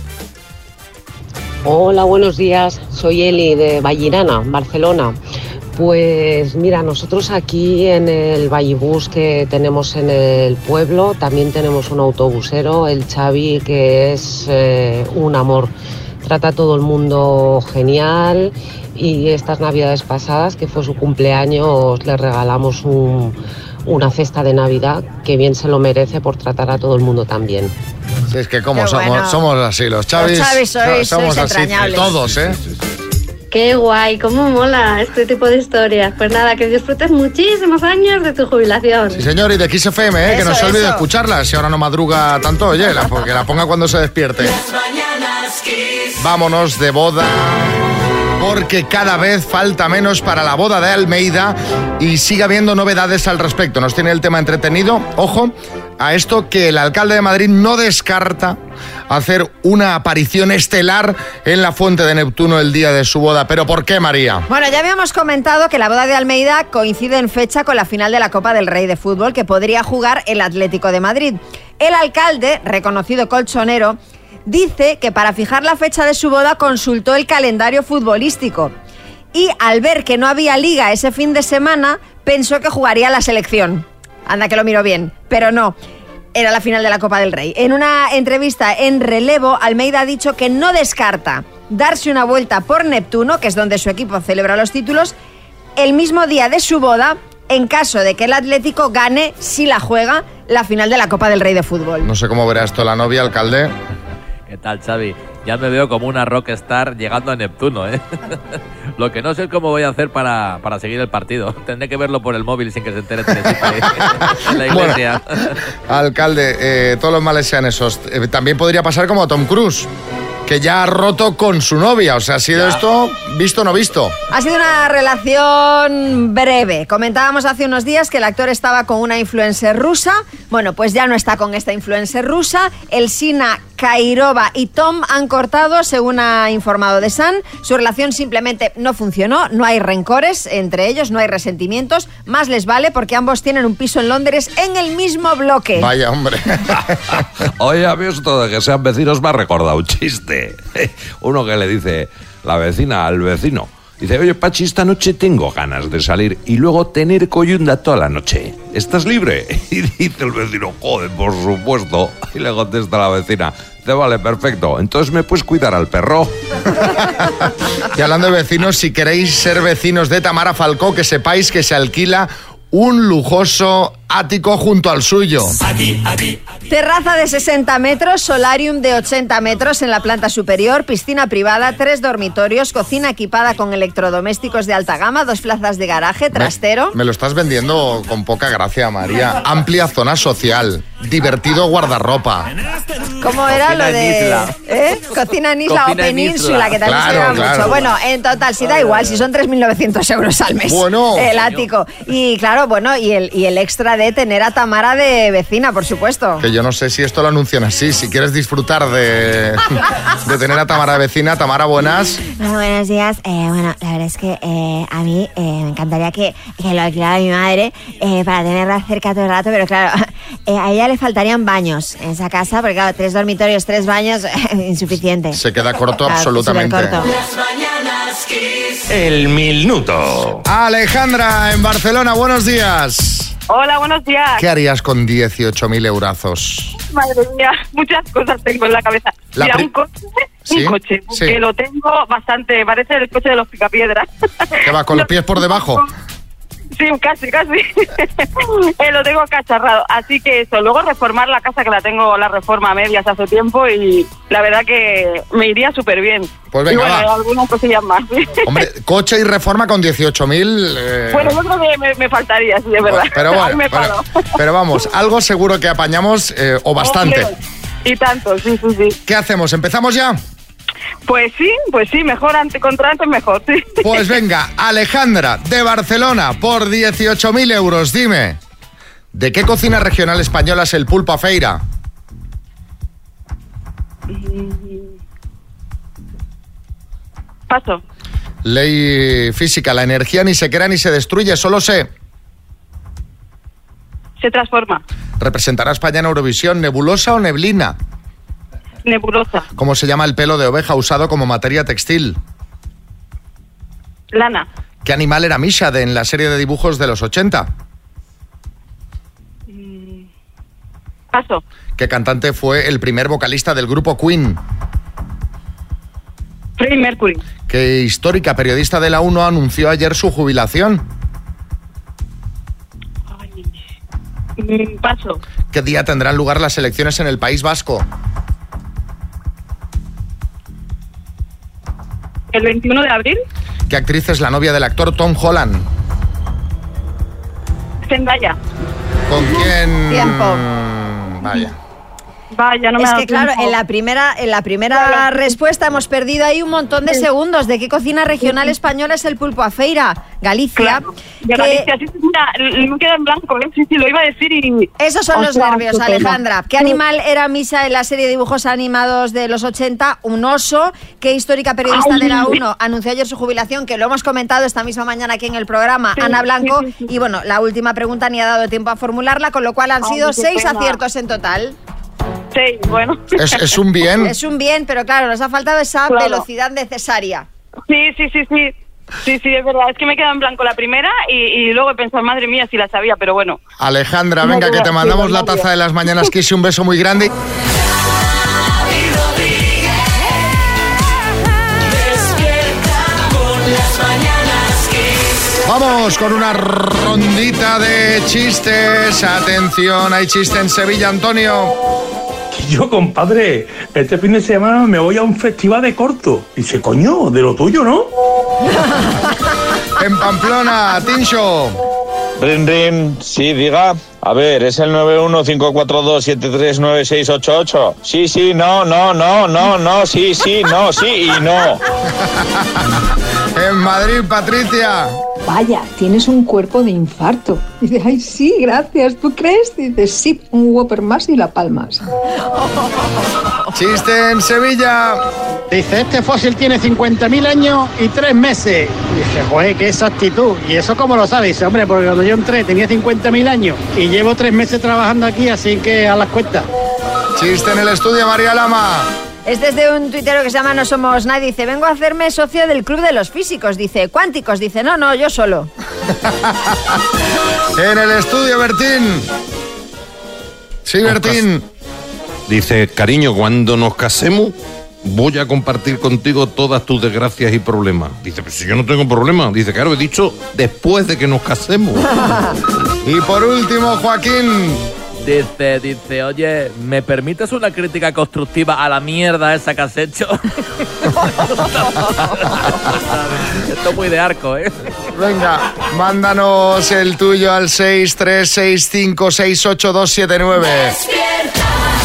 Hola, buenos días. Soy Eli de Vallirana, Barcelona. Pues mira, nosotros aquí en el Vallibús que tenemos en el pueblo también tenemos un autobusero, el Xavi, que es eh, un amor. Trata a todo el mundo genial y estas navidades pasadas, que fue su cumpleaños, le regalamos un, una cesta de Navidad que bien se lo merece por tratar a todo el mundo tan bien. Sí, es que como Qué somos, bueno. somos así, los Chavis, Los Chavis sois- somos sois así, entrañables. todos, ¿eh? Qué guay, cómo mola este tipo de historias. Pues nada, que disfrutes muchísimos años de tu jubilación. Sí, señor, y de X F M, ¿eh? que Eso, no se olvide eso. escucharla, si ahora no madruga tanto, oye, la, que la ponga cuando se despierte. Mañanas Kiss. Vámonos de boda, porque cada vez falta menos para la boda de Almeida y sigue habiendo novedades al respecto. Nos tiene el tema entretenido. Ojo a esto, que el alcalde de Madrid no descarta hacer una aparición estelar en la Fuente de Neptuno el día de su boda. ¿Pero por qué, María? Bueno, ya habíamos comentado que la boda de Almeida coincide en fecha con la final de la Copa del Rey de Fútbol que podría jugar el Atlético de Madrid. El alcalde, reconocido colchonero, dice que para fijar la fecha de su boda consultó el calendario futbolístico y al ver que no había liga ese fin de semana pensó que jugaría la selección. Anda que lo miró bien, pero no. Era la final de la Copa del Rey. En una entrevista en Relevo, Almeida ha dicho que no descarta darse una vuelta por Neptuno, que es donde su equipo celebra los títulos, el mismo día de su boda, en caso de que el Atlético gane, si la juega, la final de la Copa del Rey de Fútbol. No sé cómo verá esto la novia, alcalde. ¿Qué tal, Xavi? Ya me veo como una rockstar llegando a Neptuno, ¿eh? Lo que no sé es cómo voy a hacer para, para seguir el partido. Tendré que verlo por el móvil sin que se entere Teresita en la iglesia. Bueno, alcalde, eh, todos los males sean esos. Eh, también podría pasar como a Tom Cruise, que ya ha roto con su novia. O sea, ha sido Ya. esto visto o no visto. Ha sido una relación breve. Comentábamos hace unos días que el actor estaba con una influencer rusa. Bueno, pues ya no está con esta influencer rusa. Elsina Kairova y Tom han cortado, según ha informado The Sun. Su relación simplemente no funcionó, no hay rencores entre ellos, no hay resentimientos. Más les vale porque ambos tienen un piso en Londres en el mismo bloque. Vaya, hombre. Oye, a mí esto de que sean vecinos me ha recordado un chiste. Uno que le dice la vecina al vecino. Dice, oye, Pachi, esta noche tengo ganas de salir y luego tener coyunda toda la noche. ¿Estás libre? Y dice el vecino, joder, por supuesto. Y le contesta la vecina, dice, vale, perfecto, entonces me puedes cuidar al perro. Y hablando de vecinos, si queréis ser vecinos de Tamara Falcó, que sepáis que se alquila un lujoso ático junto al suyo. Aquí, aquí. Terraza de sesenta metros, solarium de ochenta metros en la planta superior, piscina privada, tres dormitorios, cocina equipada con electrodomésticos de alta gama, dos plazas de garaje, trastero. Me lo estás vendiendo con poca gracia, María. Amplia zona social, divertido guardarropa. ¿Cómo era Cocina lo en de isla. ¿eh? Cocina en isla Cocina o en península, isla. que también Claro, se lleva claro. mucho? Bueno, en total, si da igual, si son tres mil novecientos euros al mes. Bueno. El ático. Y claro, bueno, y el, y el extra de tener a Tamara de vecina, por supuesto. Que yo no sé si esto lo anuncian así. Si quieres disfrutar de, de tener a Tamara de vecina. Tamara, buenas. Hola, buenos días. Eh, bueno, la verdad es que eh, a mí eh, me encantaría que, que lo alquilara mi madre eh, para tenerla cerca todo el rato, pero claro, eh, a ella le faltarían baños en esa casa, porque claro, tres dormitorios, tres baños, insuficiente. Se queda corto Claro, absolutamente. supercorto. Las mañanas Kiss. El minuto. Alejandra, en Barcelona, buenos días. Hola, buenos días. ¿Qué harías con dieciocho mil eurazos? Madre mía, muchas cosas tengo en la cabeza. La Mira, pri- un coche, ¿Sí? un coche, Sí. que lo tengo bastante, parece el coche de los picapiedras. ¿Qué va, con los pies por debajo? Sí, casi, casi. Eh, lo tengo cacharrado. Así que eso, luego reformar la casa, que la tengo, la reforma a medias hace tiempo, y la verdad que me iría súper bien. Pues venga, y bueno, va. algunas cosillas más. Hombre, coche y reforma con dieciocho mil. Eh, Bueno, yo creo que me, me faltaría, sí, es verdad. pero Ahí bueno, me pero, paro. pero vamos, algo seguro que apañamos eh, o bastante. Hombre, y tanto, sí, sí, sí. ¿Qué hacemos? ¿Empezamos ya? Pues sí, pues sí, mejor ante, contra antes mejor, sí. Pues venga, Alejandra, de Barcelona, por dieciocho mil euros, dime, ¿de qué cocina regional española es el pulpo a feira? Paso. Ley física, la energía ni se crea ni se destruye, solo se... Se transforma. ¿Representará a España en Eurovisión, nebulosa o neblina? Nebulosa. ¿Cómo se llama el pelo de oveja usado como materia textil? Lana. ¿Qué animal era Misha de en la serie de dibujos de los ochenta? Paso. ¿Qué cantante fue el primer vocalista del grupo Queen? Freddie Mercury. ¿Qué histórica periodista de la UNO anunció ayer su jubilación? Mm, paso. ¿Qué día tendrán lugar las elecciones en el País Vasco? ¿El veintiuno de abril? ¿Qué actriz es la novia del actor Tom Holland? Zendaya. ¿Con quién? Tiempo. Vaya. Vaya, no me es ha dado que claro, tiempo. en la primera, en la primera Claro. respuesta hemos perdido ahí un montón de segundos. ¿De qué cocina regional española es el pulpo a feira? Galicia. Claro. De que- Galicia, sí, sí, mira, me queda en blanco, ¿eh? Sí, sí, lo iba a decir y... Esos son los Ostras, nervios, qué pena. Alejandra. ¿Qué animal era Misa en la serie de dibujos animados de los ochenta? Un oso. ¿Qué histórica periodista Ay. de la uno anunció ayer su jubilación? Que lo hemos comentado esta misma mañana aquí en el programa, Sí, Ana Blanco. sí, sí, sí. Y bueno, la última pregunta ni ha dado tiempo a formularla, con lo cual han Ay, sido qué seis pena. aciertos en total. Sí, bueno. Es, es un bien. Es un bien, pero claro, nos ha faltado esa Claro. velocidad necesaria. Sí, sí, sí, sí. Sí, sí, es verdad. Es que me queda en blanco la primera y, y luego he pensado, madre mía, si la sabía, pero bueno. Alejandra, No, venga, no, que te sí, mandamos la Mario. taza de las mañanas Kiss y un beso muy grande. Despierta con las mañanas Kiss. Vamos con una rondita de chistes. Atención, hay chiste en Sevilla, Antonio. Yo, compadre, este fin de semana me voy a un festival de corto. Dice, coño, de lo tuyo, ¿no? En Pamplona, Tincho. Rin, rin, sí, diga. A ver, ¿es el nueve uno cinco cuatro dos siete tres nueve seis ocho ocho? Sí, sí, no, no, no, no, no, sí, sí, no, sí y no. En Madrid, Patricia. Vaya, tienes un cuerpo de infarto. Dice, ay, sí, gracias, ¿tú crees? Dice, sí, un Whopper más y la palmas. Chiste en Sevilla. Dice, este fósil tiene cincuenta mil años y tres meses. Dice, joder, qué exactitud. ¿Y eso cómo lo sabes? Dice, hombre, porque cuando yo entré tenía cincuenta mil años y llevo tres meses trabajando aquí, así que a las cuentas. Chiste en el estudio, María Lama. Este es de un tuitero que se llama No Somos Nadie. Dice, vengo a hacerme socio del club de los físicos. Dice, cuánticos. Dice, no, no, yo solo. En el estudio, Bertín. Sí, Bertín. Dice, cariño, cuando nos casemos, voy a compartir contigo todas tus desgracias y problemas. Dice, pero si yo no tengo problemas. Dice, claro, he dicho después de que nos casemos. Y por último, Joaquín. Dice, dice, oye, ¿me permites una crítica constructiva a la mierda esa que has hecho? Esto es muy de arco, ¿eh? Venga, mándanos el tuyo al seis tres seis cinco seis ocho dos siete nueve. Despierta,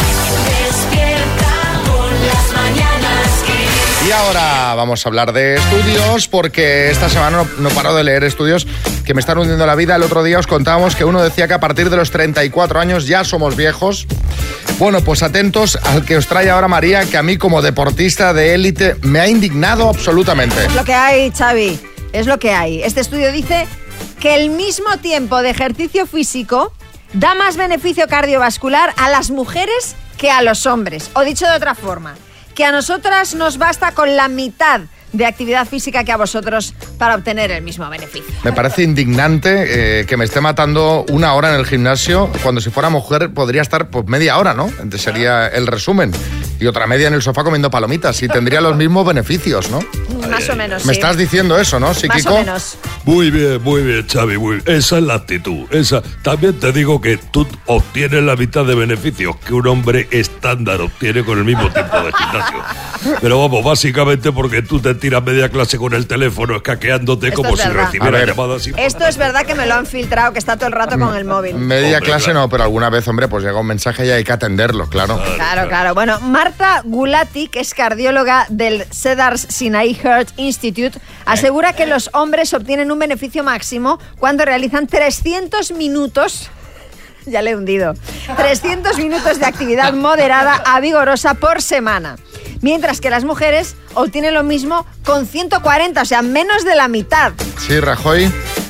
despierta con las mañanas Kiss. Y ahora vamos a hablar de estudios, porque esta semana no, no paro de leer estudios que me están hundiendo la vida. El otro día os contábamos que uno decía que a partir de los treinta y cuatro años ya somos viejos. Bueno, pues atentos al que os trae ahora María, que a mí como deportista de élite me ha indignado absolutamente. Es lo que hay, Xavi. Es lo que hay. Este estudio dice que el mismo tiempo de ejercicio físico da más beneficio cardiovascular a las mujeres que a los hombres. O dicho de otra forma, que a nosotras nos basta con la mitad de actividad física que a vosotros para obtener el mismo beneficio. Me parece indignante eh, que me esté matando una hora en el gimnasio, cuando si fuera mujer podría estar pues media hora, ¿no? Entonces sería el resumen. Y otra media en el sofá comiendo palomitas y tendría los mismos beneficios, ¿no? Más o menos, Me sí. estás diciendo eso, ¿no, Más Psíquico? o menos. Muy bien, muy bien, Xavi, muy bien. Esa es la actitud. Esa. También te digo que tú obtienes la mitad de beneficios que un hombre estándar obtiene con el mismo tiempo de gimnasio. Pero vamos, básicamente porque tú te tiras media clase con el teléfono escaqueándote Esto como es si verdad. recibieras A ver. llamadas. Y... Esto es verdad que me lo han filtrado, que está todo el rato con el móvil. Media Hombre, clase claro. no, pero alguna vez, hombre, pues llega un mensaje y hay que atenderlo, claro. Claro, claro. Bueno, Marta Gulati, que es cardióloga del Cedars Sinai Heart Institute, asegura que los hombres obtienen un beneficio máximo cuando realizan trescientos minutos, ya le he hundido, trescientos minutos de actividad moderada a vigorosa por semana. Mientras que las mujeres obtienen lo mismo con ciento cuarenta, o sea, menos de la mitad. Sí, Rajoy.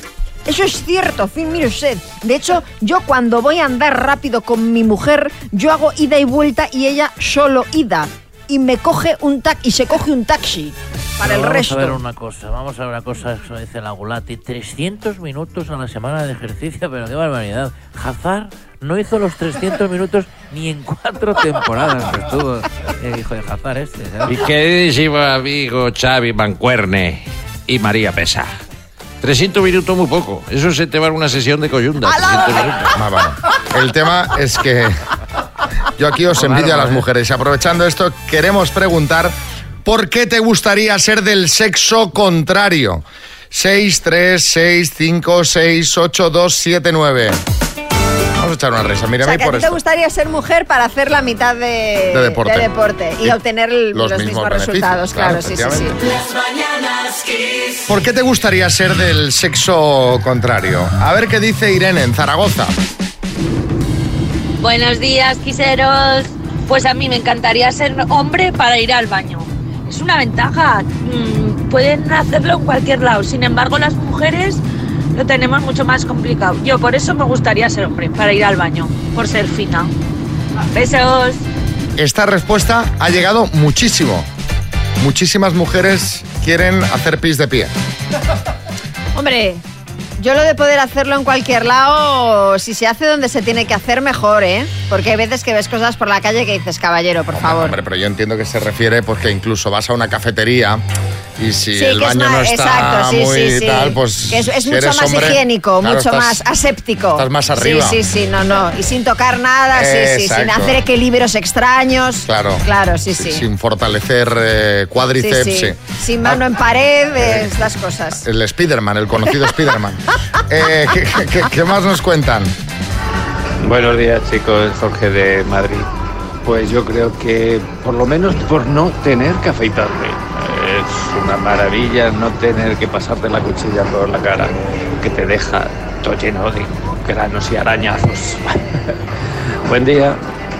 Eso es cierto, fin, mire usted. De hecho, yo cuando voy a andar rápido con mi mujer, yo hago ida y vuelta y ella solo ida. Y me coge un tac y se coge un taxi para Pero el vamos resto. a ver una cosa, vamos a ver una cosa, eso dice la Gulati, trescientos minutos a la semana de ejercicio, pero qué barbaridad. Hazard no hizo los trescientos minutos ni en cuatro temporadas que estuvo el hijo de Hazard este. ¿sabes? Mi queridísimo amigo Xavi Mancuerne y María Pesa. trescientos minutos muy poco. Eso se te va a una sesión de coyunda. trescientos minutos. Ah, bueno. El tema es que yo aquí os envidio a las mujeres. Aprovechando esto, queremos preguntar ¿por qué te gustaría ser del sexo contrario? seis tres seis cinco seis ocho dos siete nueve. Vamos a echar una risa. Mira, o sea, a mí que por a ti te esto. gustaría ser mujer para hacer la mitad de, De deporte. de deporte y, Y obtener el- los los, mismos mismos, beneficios, resultados. claro, Claro, sí, sí, sí. Las mañanas Kiss. ¿Por qué te gustaría ser del sexo contrario? A ver qué dice Irene en Zaragoza. Buenos días, quiseros. Pues a mí me encantaría ser hombre para ir al baño. Es una ventaja. Mm, pueden hacerlo en cualquier lado. Sin embargo, las mujeres lo tenemos mucho más complicado. Yo por eso me gustaría ser hombre, para ir al baño, por ser fina. Besos. Esta respuesta ha llegado muchísimo. Muchísimas mujeres quieren hacer pis de pie. Hombre, yo lo de poder hacerlo en cualquier lado, si se hace donde se tiene que hacer, mejor, ¿eh? Porque hay veces que ves cosas por la calle que dices, caballero, por favor. Hombre, pero yo entiendo que se refiere porque incluso vas a una cafetería y si Sí, el que es baño más- no está exacto, sí, muy sí, sí. tal, pues Que es, es si mucho eres más hombre, higiénico, claro, mucho estás- más aséptico. estás más arriba. Sí, sí, sí, no, no. Y sin tocar nada, sí, sí, sin Exacto. hacer equilibrios extraños. Claro. Claro, sí, Si- sí. Sin fortalecer eh, cuádriceps, Sí, sí. sí. Sin mano en pared, eh, estas cosas. El Spiderman, el conocido Spiderman. Eh, ¿qué, qué- qué más nos cuentan? Buenos días, chicos. Jorge de Madrid. Pues yo creo que por lo menos por no tener que afeitarme. Es una maravilla no tener que pasarte la cuchilla por la cara, que te deja todo lleno de granos y arañazos. Buen día.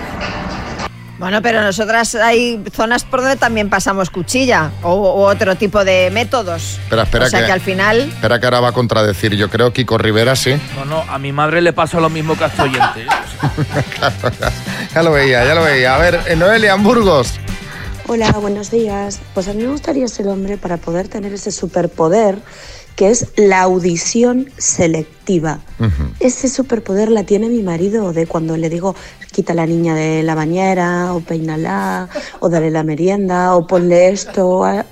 Bueno, pero nosotras hay zonas por donde también pasamos cuchilla o, o otro tipo de métodos. Espera, espera o sea que, que, al final... espera que ahora va a contradecir. Yo creo que Kiko Rivera sí. No, no, a mi madre le pasa lo mismo que a este oyente. Claro, ya, ya lo veía, ya lo veía. A ver, en Noelia, en Burgos. Hola, buenos días. Pues a mí me gustaría ser hombre para poder tener ese superpoder que es la audición selectiva. Ese superpoder la tiene mi marido de cuando le digo quita a la niña de la bañera o peínala o dale la merienda o ponle esto a-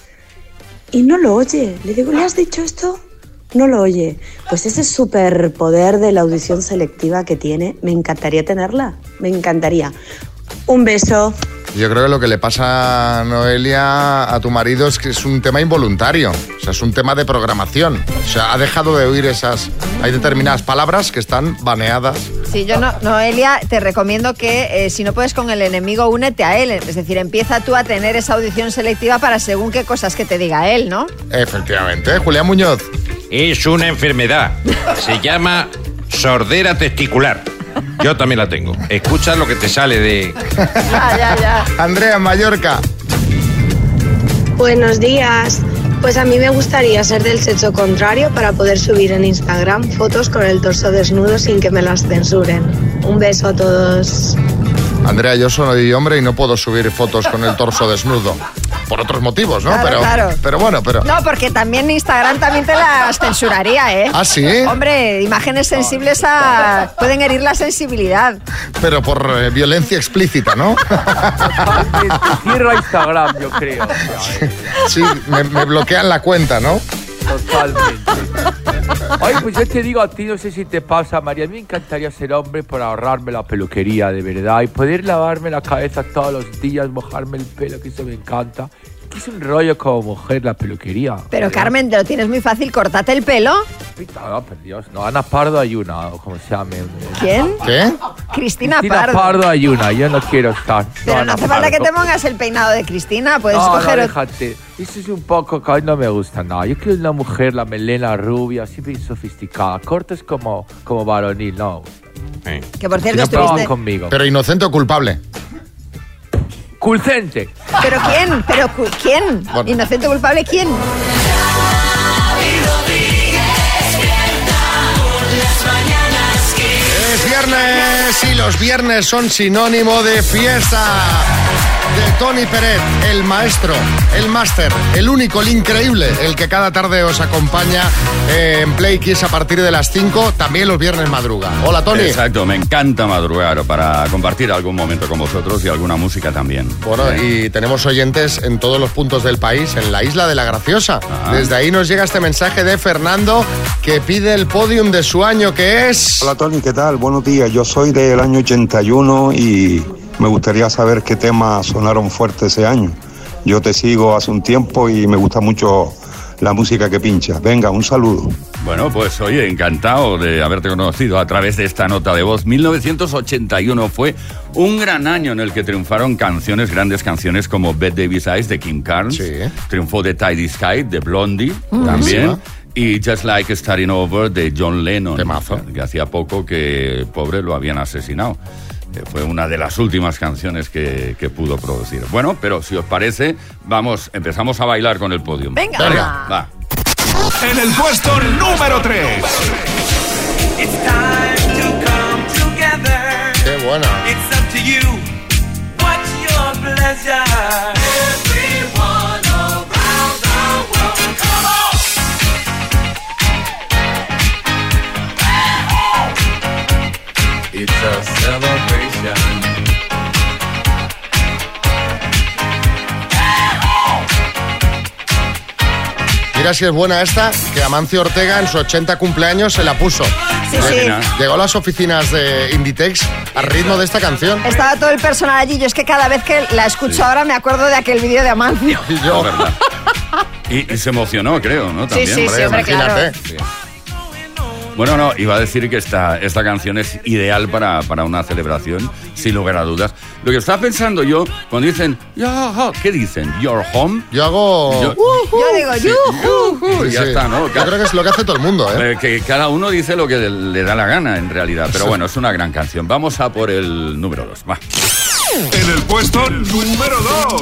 y no lo oye. Le digo, ¿le has dicho esto? No lo oye. Pues ese superpoder de la audición selectiva que tiene, me encantaría tenerla. Me encantaría. Un beso. Yo creo que lo que le pasa a Noelia a tu marido es que es un tema involuntario. O sea, es un tema de programación. O sea, ha dejado de oír esas... Hay determinadas palabras que están baneadas. Sí, yo no, Noelia, te recomiendo que eh, si no puedes con el enemigo, únete a él. Es decir, empieza tú a tener esa audición selectiva para según qué cosas que te diga él, ¿no? Efectivamente. Julián Muñoz. Es una enfermedad. Se llama sordera testicular. Yo también la tengo. Escucha lo que te sale de... Ya, ya, ya. Andrea, en Mallorca. Buenos días. Pues a mí me gustaría ser del sexo contrario para poder subir en Instagram fotos con el torso desnudo sin que me las censuren. Un beso a todos. Andrea, yo soy hombre y no puedo subir fotos con el torso desnudo. Por otros motivos, ¿no? Claro, pero, claro. pero bueno, pero... No, porque también Instagram también te las censuraría, ¿eh? ¿Ah, sí? Hombre, imágenes sensibles a... pueden herir la sensibilidad. Pero por eh, violencia explícita, ¿no? Cierra Instagram, yo creo. Sí, me, me bloquean la cuenta, ¿no? Totalmente. Oye, pues yo te digo a ti, no sé si te pasa, María, a mí me encantaría ser hombre para ahorrarme la peluquería, de verdad, y poder lavarme la cabeza todos los días, mojarme el pelo, que eso me encanta. Que es un rollo como mujer la peluquería. Pero ¿verdad? Carmen, te lo tienes muy fácil, cortate el pelo. No, por Dios, no, Ana Pardo hay una, o como se llame. ¿Quién? ¿Qué? Cristina, Cristina Pardo. Pardo hay una, yo no quiero estar. Pero no Ana hace falta que Pardo. te pongas el peinado de Cristina, puedes no, coger... no, déjate. Eso es un poco que a mí no me gusta nada. Yo quiero una mujer, la melena rubia, siempre sofisticada. Cortes como, como varonil, no. Que por cierto no estuviste... proban conmigo. Pero inocente o culpable. Culcente. ¿Pero quién? ¿Pero cu- quién? Bueno. ¿Inocente o culpable quién? Es viernes y los viernes son sinónimo de fiesta. de Toni Peret, el maestro, el máster, el único, el increíble, el que cada tarde os acompaña eh, en Play Kiss a partir de las cinco, también los viernes madruga. Hola, Toni. Exacto, me encanta madrugar para compartir algún momento con vosotros y alguna música también. Bueno, y tenemos oyentes en todos los puntos del país, en la Isla de la Graciosa. Ah. Desde ahí nos llega este mensaje de Fernando, que pide el podium de su año, que es... Hola, Toni, ¿qué tal? Buenos días, yo soy del año ochenta y uno y me gustaría saber qué temas sonaron fuerte ese año. Yo te sigo hace un tiempo y me gusta mucho la música que pinchas. Venga, un saludo. Bueno, pues oye, encantado de haberte conocido a través de esta nota de voz. mil novecientos ochenta y uno fue un gran año en el que triunfaron canciones, grandes canciones como Bette Davis Eyes de Kim Carnes. Sí. Triunfó The Tidy Sky de Blondie, mm, también. Sí. Y Just Like Starting Over de John Lennon. Temazo. Que hacía poco que, pobre, lo habían asesinado. Fue una de las últimas canciones que, que pudo producir. Bueno, pero si os parece, vamos, empezamos a bailar con el podio. Venga. Venga, va. En el puesto número tres. Qué buena. It's up to you. What's your pleasure? Everyone around the world, come on. It's a celebration. Mira si es buena esta, que Amancio Ortega en su ochenta cumpleaños se la puso. Sí, sí. Llegó a las oficinas de Inditex al ritmo de esta canción. Estaba todo el personal allí. Yo es que cada vez que la escucho sí. ahora me acuerdo de aquel vídeo de Amancio. Y yo. verdad. Y, y se emocionó, creo, ¿no? También. Sí, sí, hombre, sí, hombre, imagínate. Claro. Sí. Bueno, no, iba a decir que esta, esta canción es ideal para, para una celebración, sin lugar a dudas. Lo que estaba pensando yo, cuando dicen, ¿qué dicen? ¿Your home? Yo hago... Yo, uh-huh. yo digo, sí, yuhu. Y ya sí. está, ¿no? Yo creo que es lo que hace todo el mundo, ¿eh? Que cada uno dice lo que le da la gana, en realidad. Pero bueno, es una gran canción. Vamos a por el número dos, va. En el puesto número dos.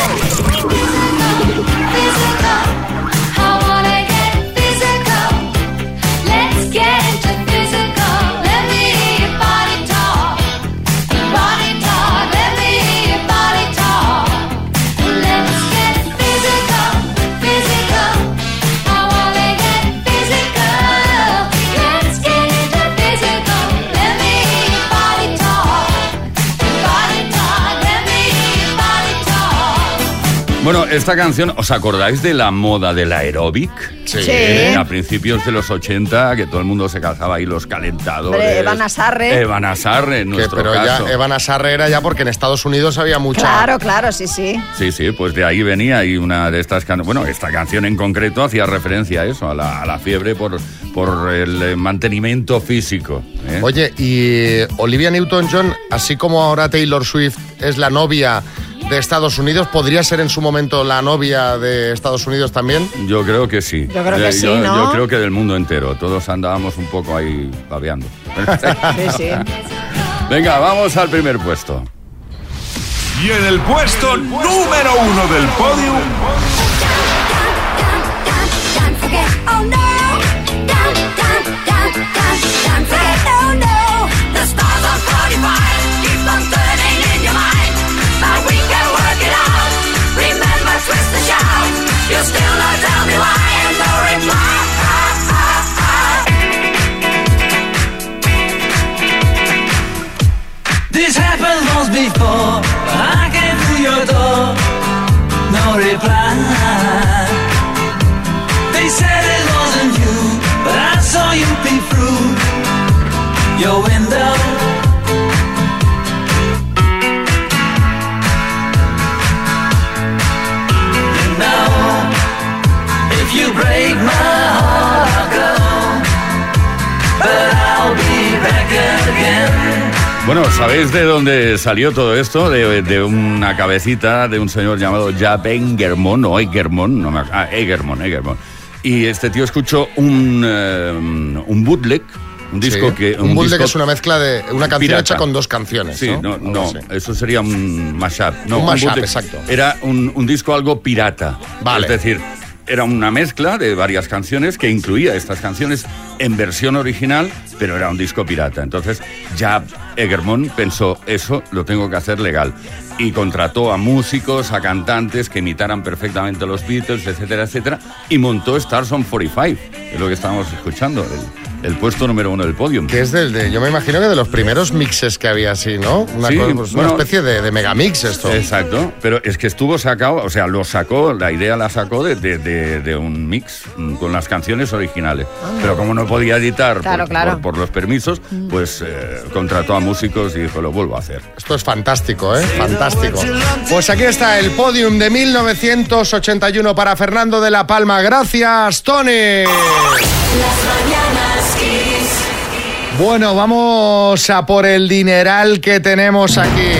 Bueno, esta canción, ¿os acordáis de la moda del aeróbic? Sí. Sí. A principios de los ochenta, que todo el mundo se calzaba ahí los calentadores. Hombre, Evan Asarre. Evan Asarre, en Que, nuestro pero caso. ya Evan Asarre era ya porque en Estados Unidos había mucha... Claro, claro, sí, sí. Sí, sí, pues de ahí venía y una de estas canciones, bueno, esta canción en concreto hacía referencia a eso, a la, a la fiebre por, por el mantenimiento físico. ¿eh? Oye, y Olivia Newton-John, así como ahora Taylor Swift es la novia de Estados Unidos, ¿podría ser en su momento la novia de Estados Unidos también? Yo creo que sí. Yo creo que eh, sí, yo, ¿no? Yo creo que del mundo entero. Todos andábamos un poco ahí babeando. Sí, sí. Venga, vamos al primer puesto. Y en el puesto número uno del podio... This happened once before. I came to your door, no reply. They said it wasn't you, but I saw you peep through your window. You know, if you break my heart, I'll go, but I'll be back again. Bueno, ¿sabéis de dónde salió todo esto? De, de una cabecita de un señor llamado Jaap Egermon, o Egermon, no me acuerdo. Ah, Egermon, Egermon. Y este tío escuchó un, uh, un bootleg, un disco sí. que... Un, un bootleg disco es una mezcla de una canción pirata. hecha con dos canciones, Sí, ¿no? no, no, no eso sería un mashup. No, un mashup, bootleg. exacto. Era un, un disco algo pirata. Vale. Es decir... era una mezcla de varias canciones que incluía estas canciones en versión original, pero era un disco pirata. Entonces ya Egermont pensó, eso lo tengo que hacer legal. Y contrató a músicos, a cantantes que imitaran perfectamente los Beatles, etcétera, etcétera, y montó Stars on cuarenta y cinco, es lo que estábamos escuchando, el, el puesto número uno del podium. Que es del de, yo me imagino que de los primeros mixes que había así, ¿no? Una, Sí, cosa, pues, bueno, una especie de, de megamix esto. Exacto, pero es que estuvo sacado, o sea, lo sacó, la idea la sacó de, de, de, de un mix mm, con las canciones originales. Ah. Pero como no podía editar Claro, por, claro. por- por los permisos, pues eh, contrató a músicos y dijo, lo vuelvo a hacer. Esto es fantástico, ¿eh? Fantástico. Pues aquí está el podium de mil novecientos ochenta y uno para Fernando de la Palma. Gracias, Tony. Bueno, vamos a por el dineral que tenemos aquí.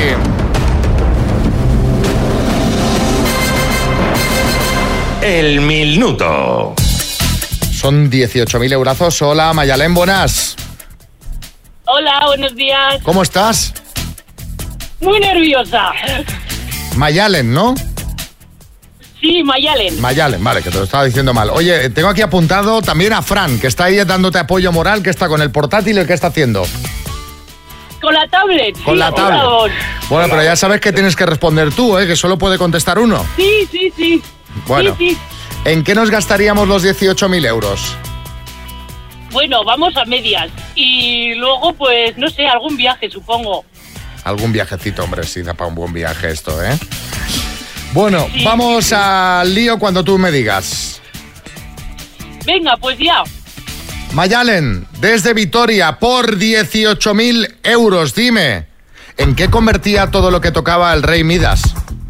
El minuto. Son dieciocho mil eurazos. Hola, Mayalén, buenas. Hola, buenos días. ¿Cómo estás? Muy nerviosa. Mayalen, ¿no? Sí, Mayalen. Mayalen, vale, que te lo estaba diciendo mal. Oye, tengo aquí apuntado también a Fran, que está ahí dándote apoyo moral, que está con el portátil y el que está haciendo. Con la tablet. Con sí, la por tablet. favor. Bueno, pero ya sabes que tienes que responder tú, ¿eh? Que solo puede contestar uno. Sí, sí, sí. Bueno, Sí, sí. ¿en qué nos gastaríamos los dieciocho mil euros? Bueno, vamos a medias. Y luego, pues, no sé, algún viaje, supongo. Algún viajecito, hombre, sí, da para un buen viaje esto, ¿eh? Bueno, vamos al lío cuando tú me digas. Venga, pues ya. Mayalen, desde Vitoria, por dieciocho mil euros, dime, ¿en qué convertía todo lo que tocaba el rey Midas?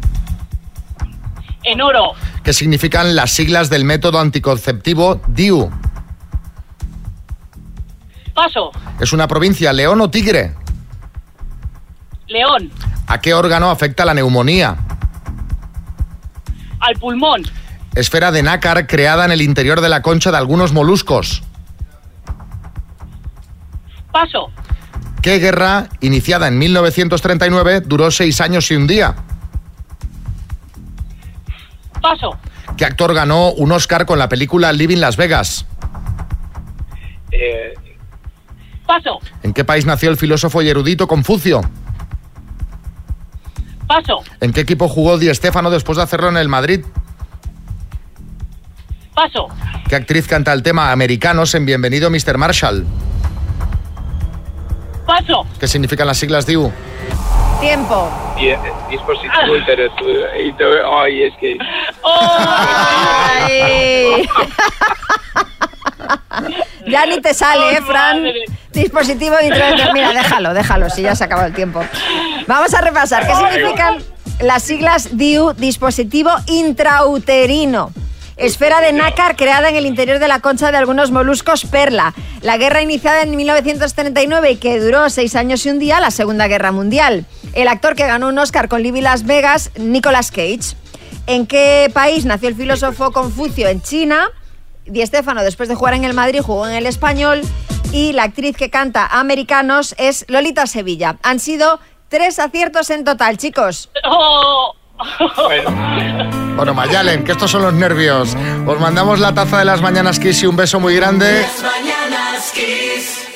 En oro. ¿Qué significan las siglas del método anticonceptivo D I U? Paso. ¿Es una provincia, León o Tigre? León. ¿A qué órgano afecta la neumonía? Al pulmón. Esfera de nácar creada en el interior de la concha de algunos moluscos. Paso. ¿Qué guerra, iniciada en mil novecientos treinta y nueve, duró seis años y un día? Paso. ¿Qué actor ganó un Oscar con la película Living Las Vegas? Eh, Paso. ¿En qué país nació el filósofo y erudito Confucio? Paso. ¿En qué equipo jugó Di Stéfano después de hacerlo en el Madrid? Paso. ¿Qué actriz canta el tema Americanos en Bienvenido mister Marshall? Paso. ¿Qué significan las siglas D I U? Tiempo. Dispositivo interactivo. Ay, es que. Ay. Ya ni te sale, ¿eh, Fran? Dispositivo de interactivo. Mira, déjalo, déjalo, si ya se ha acabado el tiempo. Vamos a repasar. ¿Qué significan las siglas D I U? Dispositivo intrauterino. Esfera de nácar creada en el interior de la concha de algunos moluscos perla. La guerra iniciada en mil novecientos treinta y nueve y que duró seis años y un día, la Segunda Guerra Mundial. El actor que ganó un Oscar con Living Las Vegas, Nicolas Cage. ¿En qué país nació el filósofo Confucio? En China. Di Stéfano, después de jugar en el Madrid, jugó en el Español. Y la actriz que canta Americanos es Lolita Sevilla. Han sido tres aciertos en total, chicos. Oh. Bueno, Mayalen, que estos son los nervios. Os mandamos la taza de las Mañanas Kiss y un beso muy grande. Las Mañanas Kiss.